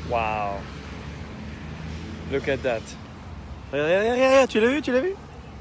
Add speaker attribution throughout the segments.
Speaker 1: Wow. Look at that. Regarde, tu l'as vu?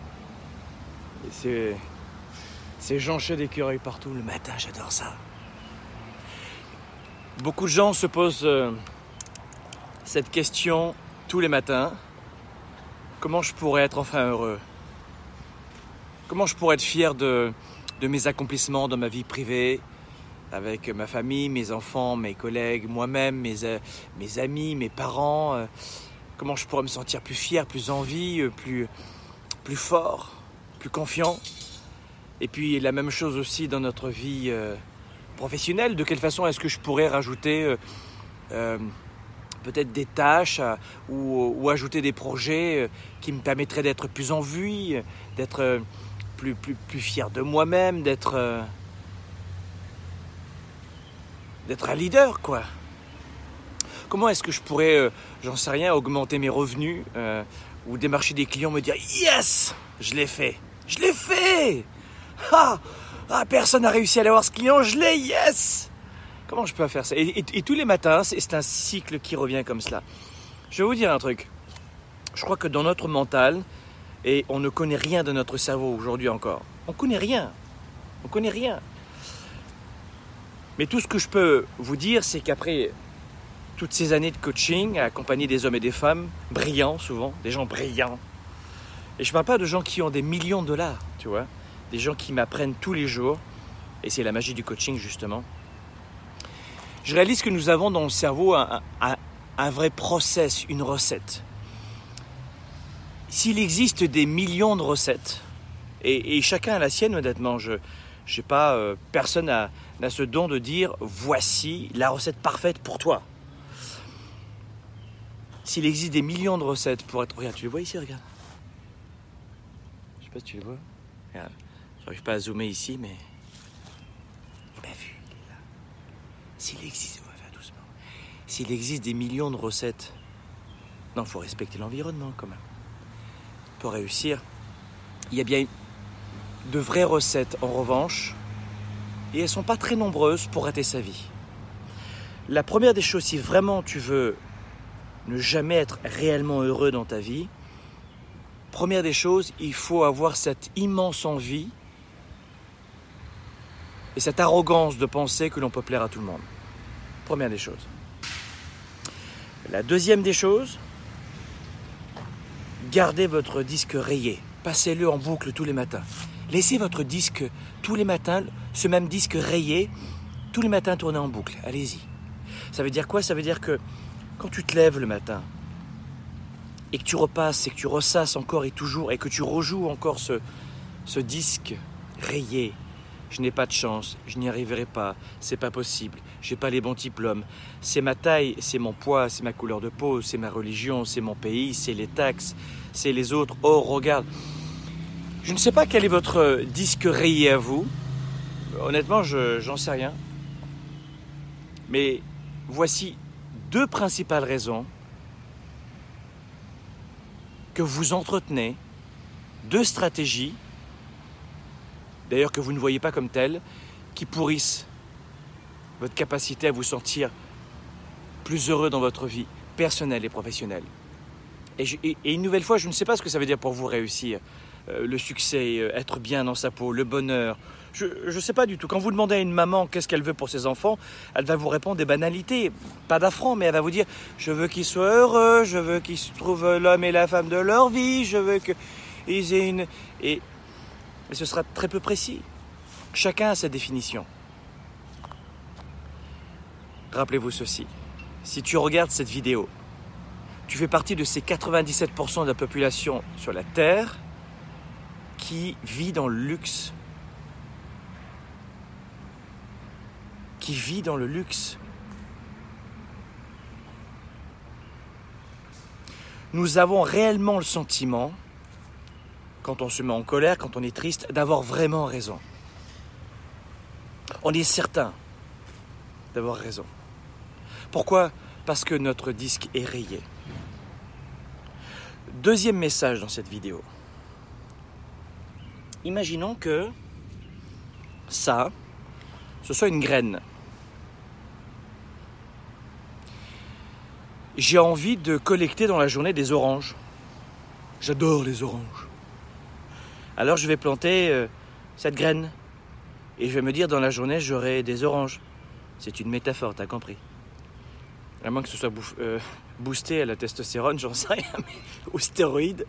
Speaker 1: Et c'est jonché d'écureuils partout le matin, j'adore ça. Beaucoup de gens se posent cette question tous les matins. Comment je pourrais être enfin heureux? Comment je pourrais être fier de mes accomplissements dans ma vie privée, avec ma famille, mes enfants, mes collègues, moi-même, mes amis, mes parents? Comment je pourrais me sentir plus fier, plus en vie, plus fort, plus confiant? Et puis la même chose aussi dans notre vie professionnelle. De quelle façon est-ce que je pourrais rajouter peut-être des tâches ou ajouter des projets qui me permettraient d'être plus en vie, d'être plus fier de moi-même, d'être un leader, quoi. Comment est-ce que je pourrais, j'en sais rien, augmenter mes revenus ou démarcher des clients, me dire « Yes, je l'ai fait. Personne n'a réussi à l'avoir ce client, je l'ai, yes !» Comment je peux faire ça? Et tous les matins, c'est un cycle qui revient comme cela. Je vais vous dire un truc. Je crois que dans notre mental, et on ne connaît rien de notre cerveau aujourd'hui encore. On connaît rien. Mais tout ce que je peux vous dire, c'est qu'après toutes ces années de coaching, accompagné des hommes et des femmes, brillants souvent, des gens brillants. Et je ne parle pas de gens qui ont des millions de dollars, tu vois. Des gens qui m'apprennent tous les jours. Et c'est la magie du coaching, justement. Je réalise que nous avons dans le cerveau un vrai process, une recette. S'il existe des millions de recettes, et chacun a la sienne, honnêtement, personne n'a ce don de dire « voici la recette parfaite pour toi ». S'il existe des millions de recettes pour être... Regarde, tu les vois ici, regarde. Je sais pas si tu les vois. Regarde, j'arrive pas à zoomer ici, mais... Bien vu, il est là. On va faire doucement. S'il existe des millions de recettes... Non, il faut respecter l'environnement, quand même. Pour réussir, il y a bien de vraies recettes, en revanche, et elles ne sont pas très nombreuses pour rater sa vie. La première des choses, si vraiment tu veux ne jamais être réellement heureux dans ta vie, première des choses, il faut avoir cette immense envie et cette arrogance de penser que l'on peut plaire à tout le monde. Première des choses. La deuxième des choses, gardez votre disque rayé. Passez-le en boucle tous les matins. Laissez votre disque tous les matins, ce même disque rayé, tous les matins tourner en boucle. Allez-y. Ça veut dire quoi? Ça veut dire que quand tu te lèves le matin et que tu repasses et que tu ressasses encore et toujours et que tu rejoues encore ce disque rayé, je n'ai pas de chance, je n'y arriverai pas, c'est pas possible, j'ai pas les bons diplômes, c'est ma taille, c'est mon poids, c'est ma couleur de peau, c'est ma religion, c'est mon pays, c'est les taxes, c'est les autres. Oh, regarde, je ne sais pas quel est votre disque rayé à vous. Honnêtement, j'en sais rien. Mais voici 2 principales raisons que vous entretenez, 2 stratégies, d'ailleurs que vous ne voyez pas comme telles, qui pourrissent votre capacité à vous sentir plus heureux dans votre vie personnelle et professionnelle. Et une nouvelle fois, je ne sais pas ce que ça veut dire pour vous réussir. Le succès, être bien dans sa peau, le bonheur. Je ne sais pas du tout. Quand vous demandez à une maman qu'est-ce qu'elle veut pour ses enfants, elle va vous répondre des banalités, pas d'affront, mais elle va vous dire « Je veux qu'ils soient heureux, je veux qu'ils trouvent l'homme et la femme de leur vie, je veux qu'ils aient une... » Et ce sera très peu précis. Chacun a sa définition. Rappelez-vous ceci. Si tu regardes cette vidéo, tu fais partie de ces 97% de la population sur la Terre qui vit dans le luxe. Nous avons réellement le sentiment, quand on se met en colère, quand on est triste, d'avoir vraiment raison. On est certain d'avoir raison. Pourquoi? Parce que notre disque est rayé. Deuxième message dans cette vidéo. Imaginons que ce soit une graine. j'ai envie de collecter dans la journée des oranges. J'adore les oranges. Alors je vais planter cette graine. Et je vais me dire, dans la journée, j'aurai des oranges. C'est une métaphore, t'as compris. À moins que ce soit boosté à la testostérone, j'en sais rien, mais aux stéroïdes.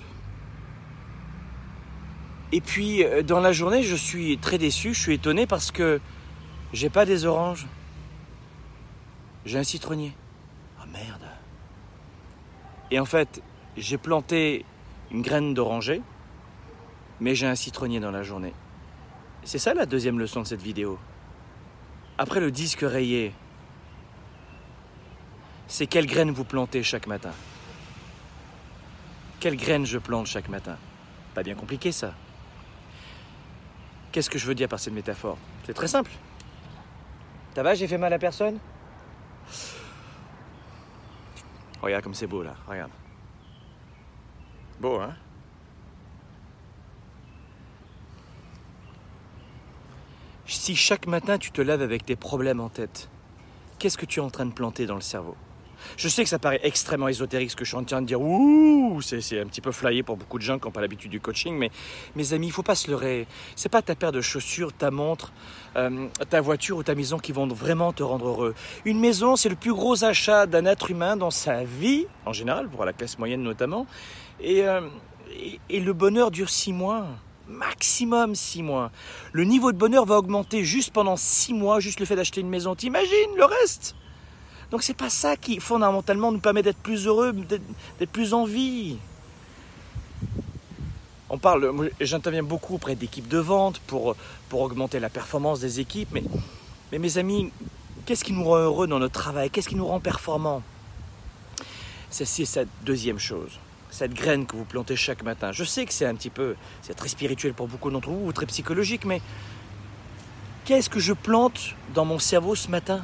Speaker 1: Et puis, dans la journée, je suis très déçu, je suis étonné parce que j'ai pas des oranges. J'ai un citronnier. Ah merde. Et en fait, j'ai planté une graine d'oranger, mais j'ai un citronnier dans la journée. C'est ça la deuxième leçon de cette vidéo. Après le disque rayé, c'est quelle graine vous plantez chaque matin? Quelle graine je plante chaque matin? Pas bien compliqué ça. Qu'est-ce que je veux dire par cette métaphore? C'est très simple. Ça va, j'ai fait mal à personne? Regarde comme c'est beau là, regarde. Beau, hein? Si chaque matin tu te lèves avec tes problèmes en tête, qu'est-ce que tu es en train de planter dans le cerveau? Je sais que ça paraît extrêmement ésotérique ce que je suis en train de dire. Ouh, c'est un petit peu flyé pour beaucoup de gens qui n'ont pas l'habitude du coaching, mais mes amis, il ne faut pas se leurrer. C'est pas ta paire de chaussures, ta montre, ta voiture ou ta maison qui vont vraiment te rendre heureux. Une maison, c'est le plus gros achat d'un être humain dans sa vie, en général, pour la classe moyenne notamment, et le bonheur dure 6 mois. Maximum 6 mois. Le niveau de bonheur va augmenter juste pendant 6 mois, juste le fait d'acheter une maison. T'imagines le reste? Donc c'est pas ça qui fondamentalement nous permet d'être plus heureux, d'être plus en vie. J'interviens beaucoup auprès d'équipes de vente pour augmenter la performance des équipes. Mais mes amis, qu'est-ce qui nous rend heureux dans notre travail? Qu'est-ce qui nous rend performants? C'est cette deuxième chose. Cette graine que vous plantez chaque matin. Je sais que c'est très spirituel pour beaucoup d'entre vous, ou très psychologique, mais qu'est-ce que je plante dans mon cerveau ce matin?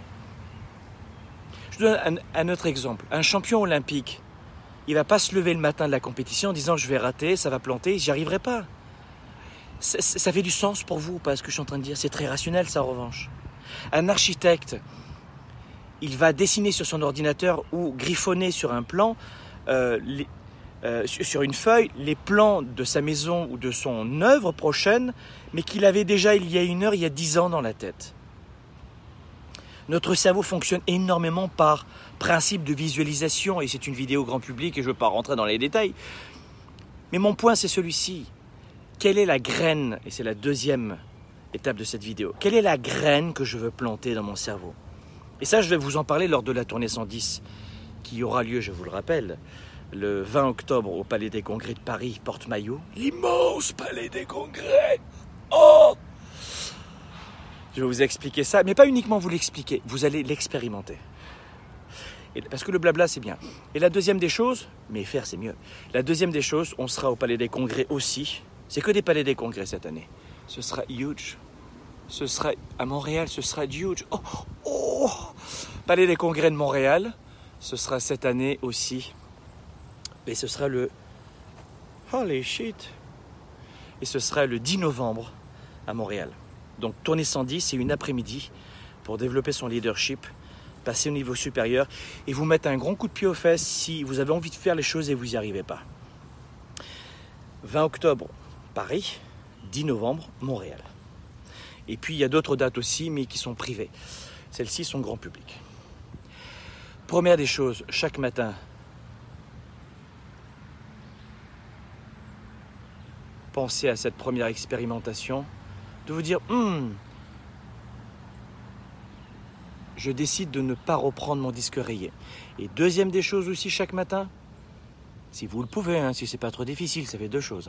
Speaker 1: Je donne un autre exemple. Un champion olympique, il ne va pas se lever le matin de la compétition en disant je vais rater, ça va planter, j'y arriverai pas. Ça fait du sens pour vous, pas ce que je suis en train de dire. C'est très rationnel, ça, en revanche. Un architecte, il va dessiner sur son ordinateur ou griffonner sur un plan sur une feuille les plans de sa maison ou de son œuvre prochaine, mais qu'il avait déjà il y a 1 heure, il y a 10 ans dans la tête. Notre cerveau fonctionne énormément par principe de visualisation, et c'est une vidéo grand public et je ne veux pas rentrer dans les détails. Mais mon point, c'est celui-ci. Quelle est la graine, et c'est la deuxième étape de cette vidéo, quelle est la graine que je veux planter dans mon cerveau? Et ça, je vais vous en parler lors de la tournée 110, qui aura lieu, je vous le rappelle, le 20 octobre au Palais des Congrès de Paris, Porte-Maillot. L'immense Palais des Congrès. Oh! Je vais vous expliquer ça, mais pas uniquement vous l'expliquer, vous allez l'expérimenter. Parce que le blabla, c'est bien. Et la deuxième des choses, mais faire, c'est mieux. La deuxième des choses, on sera au Palais des Congrès aussi. C'est que des Palais des Congrès cette année. Ce sera huge. Ce sera à Montréal, ce sera huge. Oh! Palais des Congrès de Montréal, ce sera cette année aussi. Et ce sera le... Holy shit! Et ce sera le 10 novembre à Montréal. Donc tournée 110, c'est une après-midi pour développer son leadership, passer au niveau supérieur et vous mettre un grand coup de pied aux fesses si vous avez envie de faire les choses et vous n'y arrivez pas. 20 octobre, Paris, 10 novembre, Montréal. Et puis il y a d'autres dates aussi, mais qui sont privées. Celles-ci sont grand public. Première des choses, chaque matin, pensez à cette première expérimentation, de vous dire je décide de ne pas reprendre mon disque rayé. Et deuxième des choses aussi chaque matin, si vous le pouvez, si c'est pas trop difficile, ça fait 2 choses.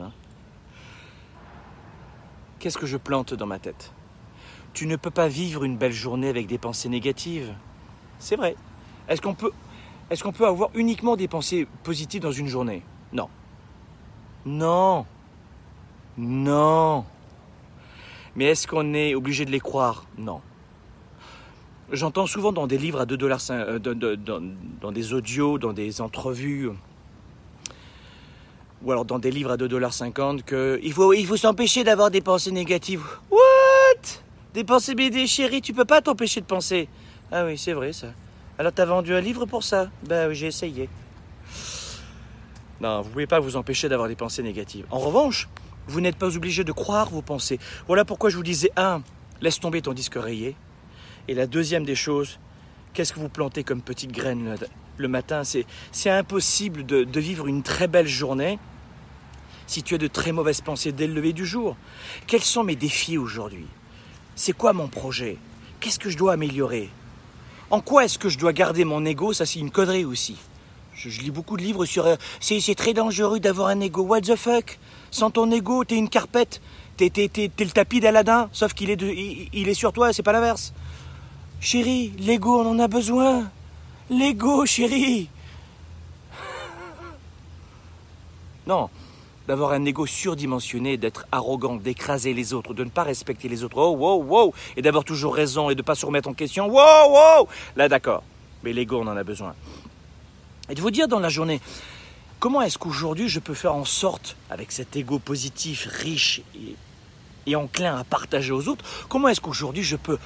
Speaker 1: Qu'est-ce que je plante dans ma tête? Tu ne peux pas vivre une belle journée avec des pensées négatives. C'est vrai. Est-ce qu'on peut avoir uniquement des pensées positives dans une journée? Non. Non. Non. Mais est-ce qu'on est obligé de les croire? Non. J'entends souvent dans des livres à $2, dans des audios, dans des entrevues, ou alors dans des livres à $2,50 qu'il faut s'empêcher d'avoir des pensées négatives. What? Des pensées BD, chérie, tu peux pas t'empêcher de penser. Ah oui, c'est vrai ça. Alors t'as vendu un livre pour ça? Ben oui, j'ai essayé. Non, vous ne pouvez pas vous empêcher d'avoir des pensées négatives. En revanche, vous n'êtes pas obligé de croire vos pensées. Voilà pourquoi je vous disais, laisse tomber ton disque rayé. Et la deuxième des choses, qu'est-ce que vous plantez comme petite graine le matin? C'est impossible de vivre une très belle journée si tu as de très mauvaises pensées dès le lever du jour. Quels sont mes défis aujourd'hui? C'est quoi mon projet? Qu'est-ce que je dois améliorer? En quoi est-ce que je dois garder mon ego? Ça, c'est une connerie aussi. Je lis beaucoup de livres sur... c'est très dangereux d'avoir un ego. What the fuck? Sans ton ego, t'es une carpette. T'es le tapis d'Aladin, sauf qu'il est, il est sur toi, c'est pas l'inverse. Chérie, l'ego, on en a besoin. L'ego, chérie. Non, d'avoir un ego surdimensionné, d'être arrogant, d'écraser les autres, de ne pas respecter les autres. Oh, wow, wow. Et d'avoir toujours raison et de ne pas se remettre en question. Wow, wow. Là, d'accord. Mais l'ego, on en a besoin. Et de vous dire dans la journée, comment est-ce qu'aujourd'hui je peux faire en sorte, avec cet ego positif, riche et enclin à partager aux autres, comment est-ce qu'aujourd'hui je peux,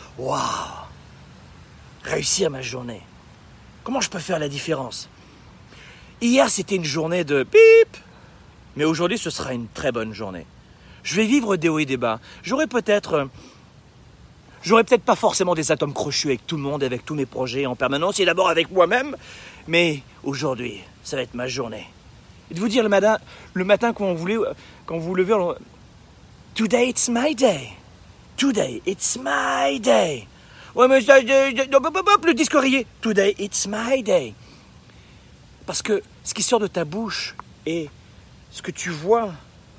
Speaker 1: réussir ma journée? Comment je peux faire la différence? Hier, c'était une journée de bip, mais aujourd'hui, ce sera une très bonne journée. Je vais vivre des hauts et des bas. J'aurai peut-être pas forcément des atomes crochus avec tout le monde, avec tous mes projets en permanence, et d'abord avec moi-même, mais aujourd'hui, ça va être ma journée. Et de vous dire le matin quand vous levez, Today it's my day. Today it's my day. Ouais, mais le disque rayé. Today it's my day. Parce que ce qui sort de ta bouche et ce que tu vois,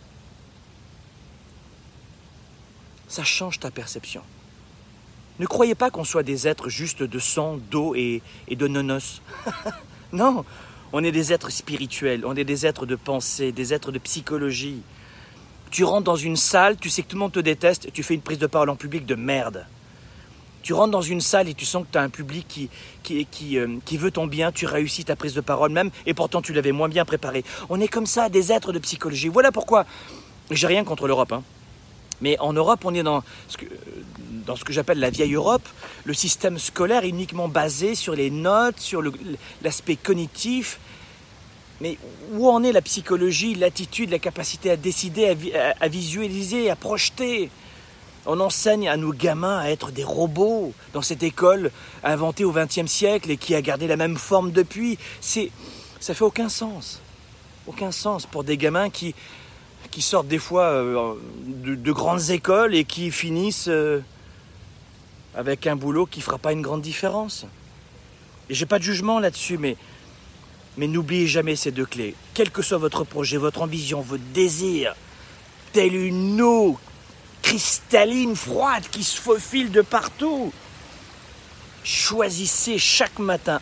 Speaker 1: ça change ta perception. Ne croyez pas qu'on soit des êtres juste de sang, d'eau et de nonos. Non, on est des êtres spirituels, on est des êtres de pensée, des êtres de psychologie. Tu rentres dans une salle, tu sais que tout le monde te déteste, et tu fais une prise de parole en public de merde. Tu rentres dans une salle et tu sens que tu as un public qui veut ton bien, tu réussis ta prise de parole même, et pourtant tu l'avais moins bien préparé. On est comme ça, des êtres de psychologie. Voilà pourquoi, j'ai rien contre l'Europe, mais en Europe, on est dans ce que j'appelle la vieille Europe. Le système scolaire est uniquement basé sur les notes, sur l'aspect cognitif. Mais où en est la psychologie, l'attitude, la capacité à décider, à visualiser, à projeter? On enseigne à nos gamins à être des robots dans cette école inventée au XXe siècle et qui a gardé la même forme depuis. Ça fait aucun sens. Aucun sens pour des gamins qui sortent des fois de grandes écoles et qui finissent avec un boulot qui ne fera pas une grande différence. Et je n'ai pas de jugement là-dessus, mais n'oubliez jamais ces deux clés. Quel que soit votre projet, votre ambition, votre désir, telle une eau cristalline, froide, qui se faufile de partout, choisissez chaque matin,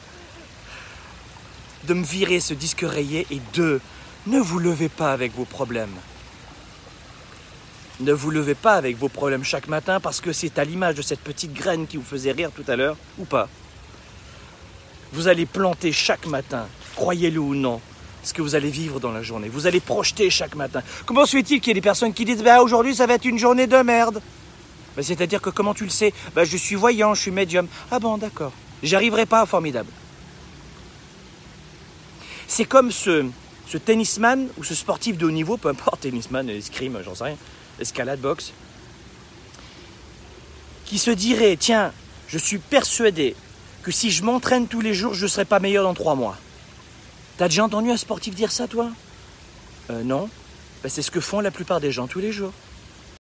Speaker 1: de me virer ce disque rayé, et 2, ne vous levez pas avec vos problèmes. Ne vous levez pas avec vos problèmes chaque matin parce que c'est à l'image de cette petite graine qui vous faisait rire tout à l'heure, ou pas. Vous allez planter chaque matin, croyez-le ou non, ce que vous allez vivre dans la journée. Vous allez projeter chaque matin. Comment se fait-il qu'il y ait des personnes qui disent « aujourd'hui ça va être une journée de merde ». C'est-à-dire que comment tu le sais? Je suis voyant, je suis médium. Ah bon, d'accord. J'y arriverai pas, formidable. C'est comme ce tennisman ou ce sportif de haut niveau, peu importe, tennisman, escrime, j'en sais rien, escalade, boxe, qui se dirait, tiens, je suis persuadé que si je m'entraîne tous les jours, je ne serai pas meilleur dans 3 mois. T'as déjà entendu un sportif dire ça, toi? Non. C'est ce que font la plupart des gens tous les jours.